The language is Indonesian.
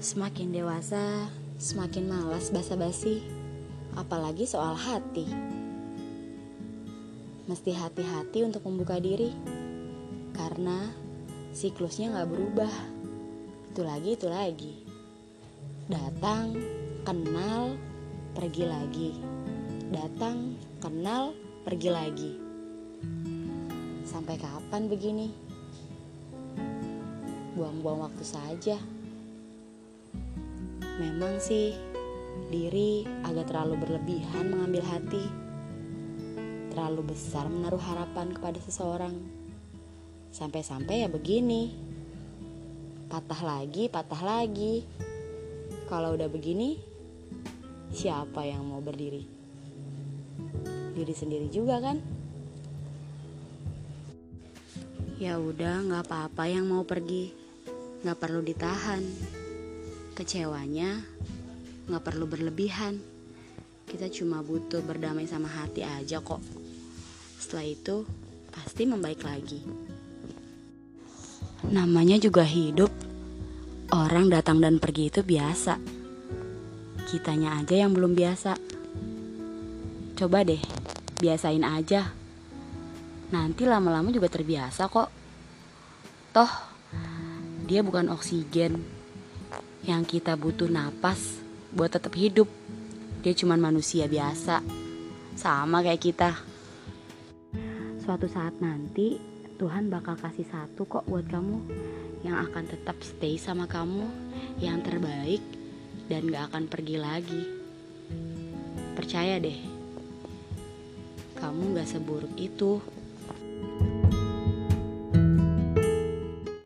Semakin dewasa, semakin malas basa-basi, apalagi soal hati. Mesti hati-hati untuk membuka diri, karena siklusnya gak berubah. Itu lagi. Datang, kenal, pergi lagi. Datang, kenal, pergi lagi. Sampai kapan begini? Buang-buang waktu saja. Memang sih, diri agak terlalu berlebihan mengambil hati. Terlalu besar menaruh harapan kepada seseorang. Sampai-sampai ya begini. Patah lagi. Kalau udah begini, siapa yang mau berdiri? Diri sendiri juga kan? Ya udah, gak apa-apa yang mau pergi. Gak perlu ditahan. Kecewanya gak perlu berlebihan. Kita cuma butuh berdamai sama hati aja kok. Setelah itu pasti membaik lagi. Namanya juga hidup. Orang datang dan pergi itu biasa. Kitanya aja yang belum biasa. Coba deh, biasain aja. Nanti lama-lama juga terbiasa kok. Toh, dia bukan oksigen yang kita butuh napas buat tetap hidup. Dia cuma manusia biasa, sama kayak kita. Suatu saat nanti Tuhan bakal kasih satu kok buat kamu, yang akan tetap stay sama kamu, yang terbaik dan gak akan pergi lagi. Percaya deh, kamu gak seburuk itu.